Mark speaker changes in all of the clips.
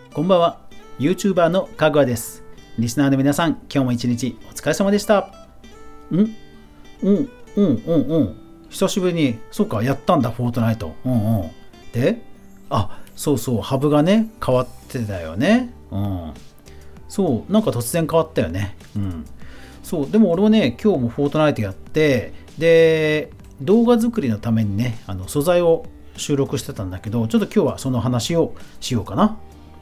Speaker 1: こんばんは。YouTuber のかぐわです。リスナーの皆さん、今日も一日お疲れ様でした。久しぶりに、そうか、やったんだ、フォートナイト。で、そう、ハブがね、変わってたよね。そう、なんか突然変わったよね。そう、でも俺はね、今日もフォートナイトやって、で、動画作りのためにね、素材を収録してたんだけど、ちょっと今日はその話をしようかな。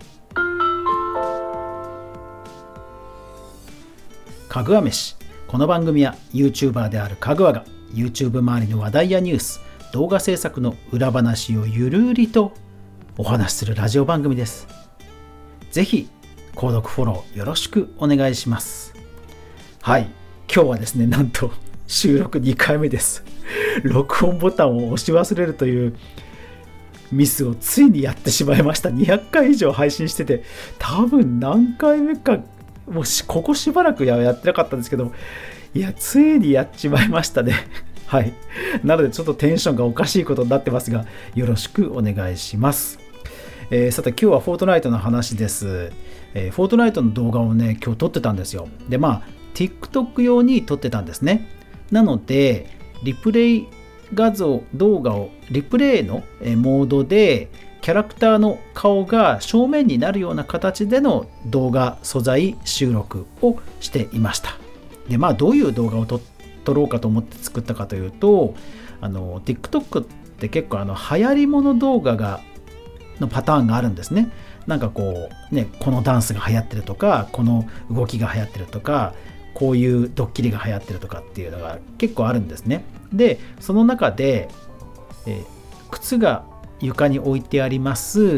Speaker 1: かぐわ飯。この番組は YouTuber であるかぐわが YouTube 周りの話題やニュース、動画制作の裏話をゆるりとお話しするラジオ番組です。ぜひ購読フォローよろしくお願いします。はい、今日はですね、なんと収録2回目です。録音ボタンを押し忘れるというミスをついにやってしまいました。200回以上配信してて、多分何回目かもうここしばらくやってなかったんですけど、いやついにやっちまいましたね。はい、なのでちょっとテンションがおかしいことになってますが、よろしくお願いします。さて今日はフォートナイトの話です。フォートナイトの動画をね、今日撮ってたんですよ。でTikTok 用に撮ってたんですね。なのでリプレイ動画をリプレイのモードでキャラクターの顔が正面になるような形での動画素材収録をしていました。でどういう動画を撮ろうかと思って作ったかというと、TikTok って結構流行り物動画のパターンがあるんですね。なんかこのダンスが流行ってるとか、この動きが流行ってるとか、こういうドッキリが流行ってるとかっていうのが結構あるんですね。でその中で、靴が床に置いてあります。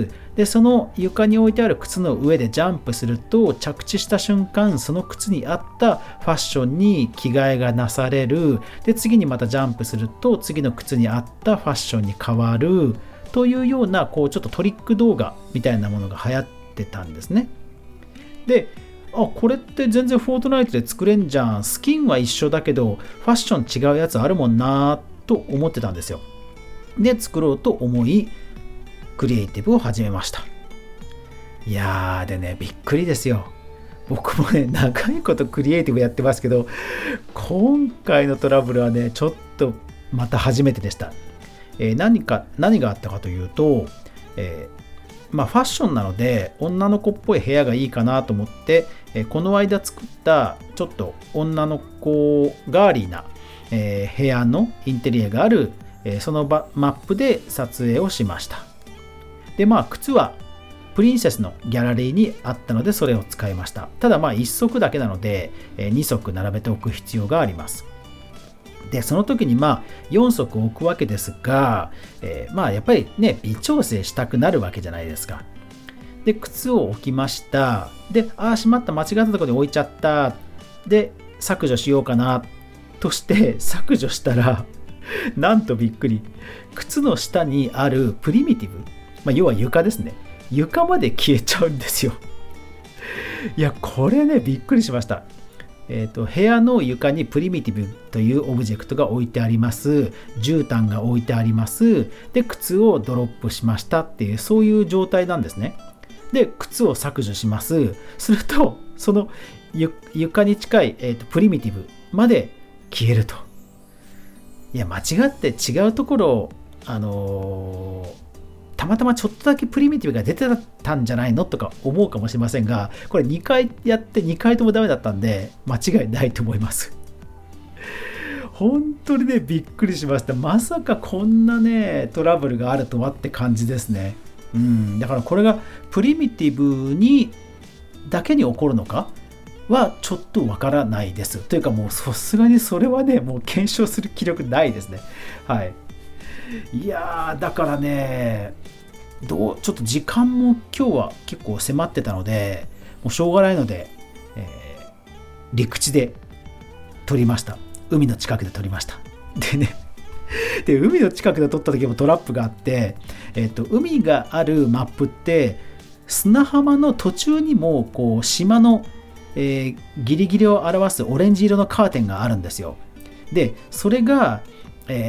Speaker 1: でその床に置いてある靴の上でジャンプすると、着地した瞬間その靴に合ったファッションに着替えがなされる。で次にまたジャンプすると次の靴に合ったファッションに変わるというようなちょっとトリック動画みたいなものが流行ってたんですね。でこれって全然フォートナイトで作れんじゃん、スキンは一緒だけどファッション違うやつあるもんなと思ってたんですよ。で作ろうと思いクリエイティブを始めました。いやーでね、びっくりですよ。僕もね長いことクリエイティブやってますけど、今回のトラブルはねちょっとまた初めてでした。何があったかというと、ファッションなので女の子っぽい部屋がいいかなと思って、この間作ったちょっと女の子ガーリーな、部屋のインテリアがあるそのマップで撮影をしました。で靴はプリンセスのギャラリーにあったのでそれを使いました。ただ1足だけなので2足並べておく必要があります。でその時に4足置くわけですが、やっぱりね微調整したくなるわけじゃないですか。で靴を置きました。でしまった、間違ったところに置いちゃった。で削除しようかなとして削除したらなんとびっくり、靴の下にあるプリミティブ、要は床ですね、床まで消えちゃうんですよ。いやこれねびっくりしました。部屋の床にプリミティブというオブジェクトが置いてあります。絨毯が置いてあります。で靴をドロップしましたっていう、そういう状態なんですね。で靴を削除します。するとその床に近い、プリミティブまで消えると。いや間違って違うところをたまたまちょっとだけプリミティブが出てたんじゃないのとか思うかもしれませんが、これ2回やって2回ともダメだったんで間違いないと思います。本当にねびっくりしました。まさかこんなねトラブルがあるとはって感じですね。だからこれがプリミティブにだけに起こるのかはちょっとわからないです。というかもうさすがにそれはねもう検証する気力ないですね。はい。いやだからねちょっと時間も今日は結構迫ってたのでもうしょうがないので、陸地で撮りました。海の近くで撮りました。で海の近くで撮った時もトラップがあって、海があるマップって砂浜の途中にも島の、ギリギリを表すオレンジ色のカーテンがあるんですよ。でそれが、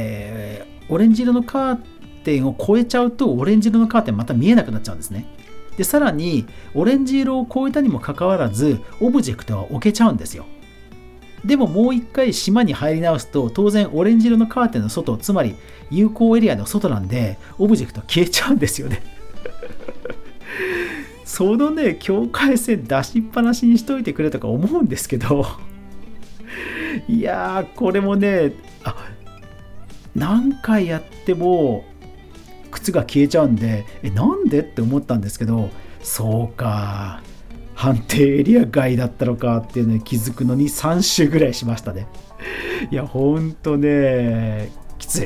Speaker 1: オレンジ色のカーテンを越えちゃうとオレンジ色のカーテンまた見えなくなっちゃうんですね。 でさらにオレンジ色を超えたにもかかわらずオブジェクトは置けちゃうんですよ。でももう一回島に入り直すと当然オレンジ色のカーテンの外、つまり有効エリアの外なんでオブジェクトは消えちゃうんですよね。そのね境界線出しっぱなしにしといてくれとか思うんですけど、いやーこれもね何回やっても靴が消えちゃうんでなんでって思ったんですけど、そうか判定エリア外だったのかっていうのに気づくのに3周ぐらいしましたね。いやほんとねきつい。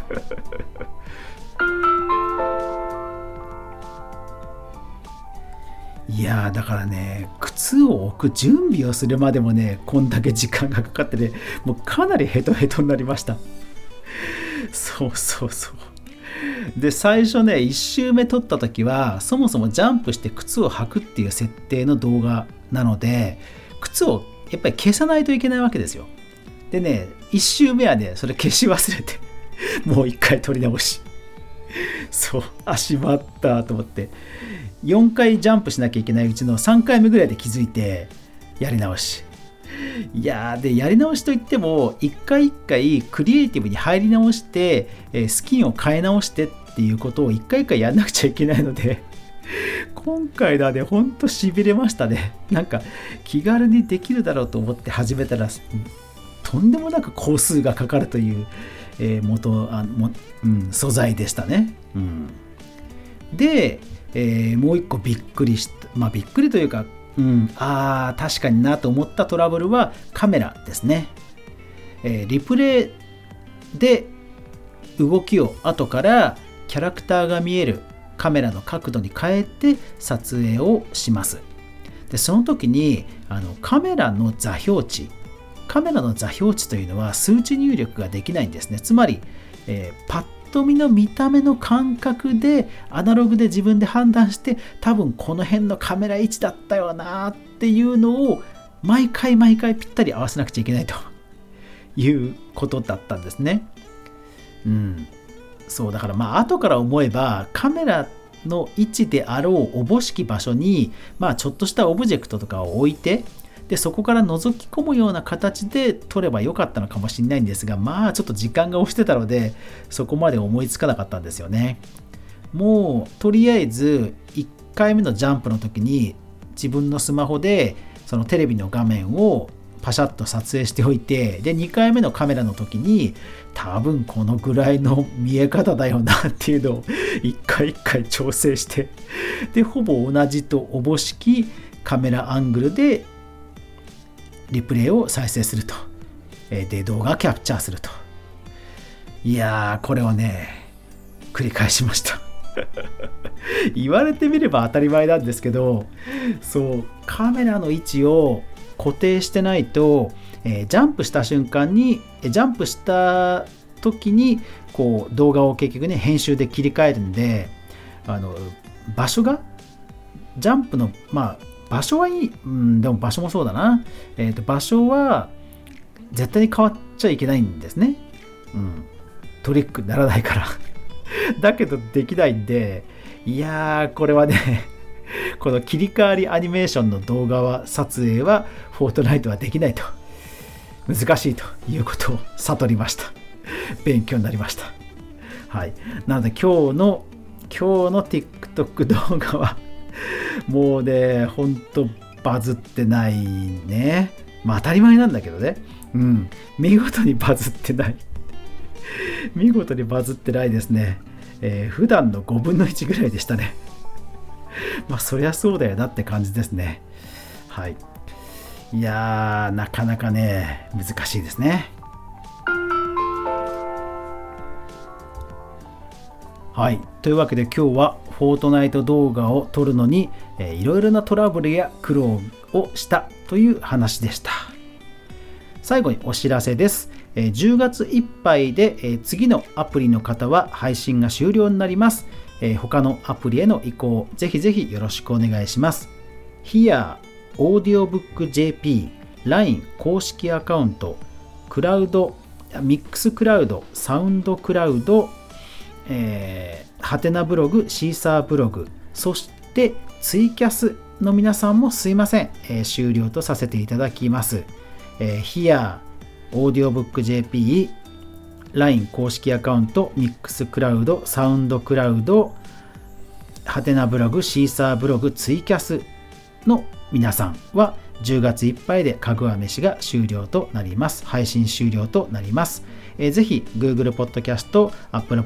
Speaker 1: いやだからね靴を置く準備をするまでもねこんだけ時間がかかってねもうかなりヘトヘトになりました。そうで最初ね1周目撮った時はそもそもジャンプして靴を履くっていう設定の動画なので靴をやっぱり消さないといけないわけですよ。でね1周目はねそれ消し忘れてもう1回撮り直し、しまったと思って4回ジャンプしなきゃいけないうちの3回目ぐらいで気づいてやり直し。いやでやり直しといっても一回一回クリエイティブに入り直してスキンを変え直してっていうことを一回一回やんなくちゃいけないので今回だねほんとしびれましたね。なんか気軽にできるだろうと思って始めたらとんでもなく工数がかかるという、素材でしたね。で、もう一個びっくりしたびっくりというか確かになと思ったトラブルはカメラですね。リプレイで動きを後からキャラクターが見えるカメラの角度に変えて撮影をします。でその時にカメラの座標値というのは数値入力ができないんですね。つまり、パッと見の見た目の感覚でアナログで自分で判断して多分この辺のカメラ位置だったよなっていうのを毎回ぴったり合わせなくちゃいけないということだったんですね。そうだから後から思えばカメラの位置であろうおぼしき場所にちょっとしたオブジェクトとかを置いてでそこから覗き込むような形で撮ればよかったのかもしれないんですがちょっと時間が押してたのでそこまで思いつかなかったんですよね。もうとりあえず1回目のジャンプの時に自分のスマホでそのテレビの画面をパシャッと撮影しておいてで2回目のカメラの時に多分このぐらいの見え方だよなっていうのを一回調整してでほぼ同じとおぼしきカメラアングルでリプレイを再生するとで動画をキャプチャーするといやーこれをね繰り返しました言われてみれば当たり前なんですけどそうカメラの位置を固定してないと、ジャンプした瞬間にジャンプした時にこう動画を結局ね編集で切り替えるんで場所がジャンプの場所はいい、でも場所もそうだな、場所は絶対に変わっちゃいけないんですね、トリックにならないからだけどできないんでいやーこれはねこの切り替わりアニメーションの動画撮影はフォートナイトはできないと難しいということを悟りました。勉強になりました。はい、なので今日の TikTok 動画はもうねほんとバズってないね。当たり前なんだけどね、見事にバズってない見事にバズってないですね。普段の5分の1ぐらいでしたね。そりゃそうだよなって感じですね。はい。いやーなかなかね難しいですね。はい。というわけで今日はフォートナイト動画を撮るのにいろいろなトラブルや苦労をしたという話でした。最後にお知らせです。10月いっぱいで次のアプリの方は配信が終了になります。他のアプリへの移行ぜひぜひよろしくお願いします。Here、Audiobook JP、LINE 公式アカウント、クラウド、ミックスクラウド、サウンドクラウド、ハテナブログ、シーサーブログ、そしてツイキャスの皆さんもすいません、終了とさせていただきます。Here、AudioBookJP、LINE 公式アカウント、Mixcloud、SoundCloud、ハテナブログ、シーサーブログ、ツイキャスの皆さんは10月いっぱいでかぐわ飯が終了となります。配信終了となります。ぜひ Google Podcast、Apple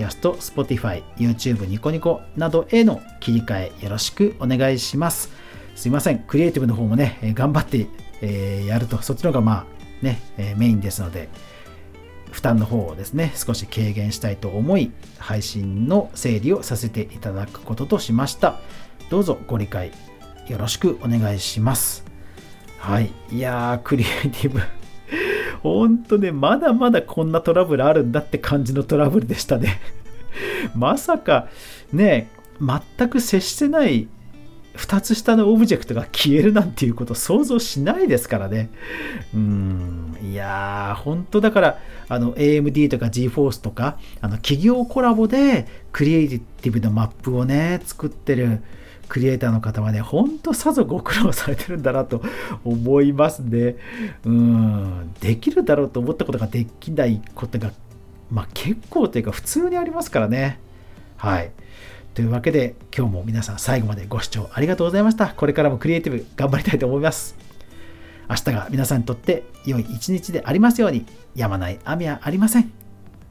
Speaker 1: Podcast、Spotify、YouTube、ニコニコなどへの切り替えよろしくお願いします。すいません、クリエイティブの方もね、頑張って、やると、そっちの方がメインですので、負担の方をですね、少し軽減したいと思い、配信の整理をさせていただくこととしました。どうぞご理解よろしくお願いします。はい。いやー、クリエイティブ。ほんとね、まだまだこんなトラブルあるんだって感じのトラブルでしたね。まさか、ね、全く接してない2つ下のオブジェクトが消えるなんていうこと想像しないですからね。いやー、本当だから、AMD とか GeForce とか、企業コラボでクリエイティブのマップをね、作ってるクリエイターの方はね、本当さぞご苦労されてるんだなと思いますね。できるだろうと思ったことができないことが、結構というか普通にありますからね。はい。というわけで、今日も皆さん最後までご視聴ありがとうございました。これからもクリエイティブ頑張りたいと思います。明日が皆さんにとって良い一日でありますように。止まない雨はありません。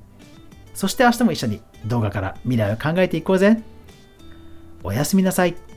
Speaker 1: そして明日も一緒に動画から未来を考えていこうぜ。おやすみなさい。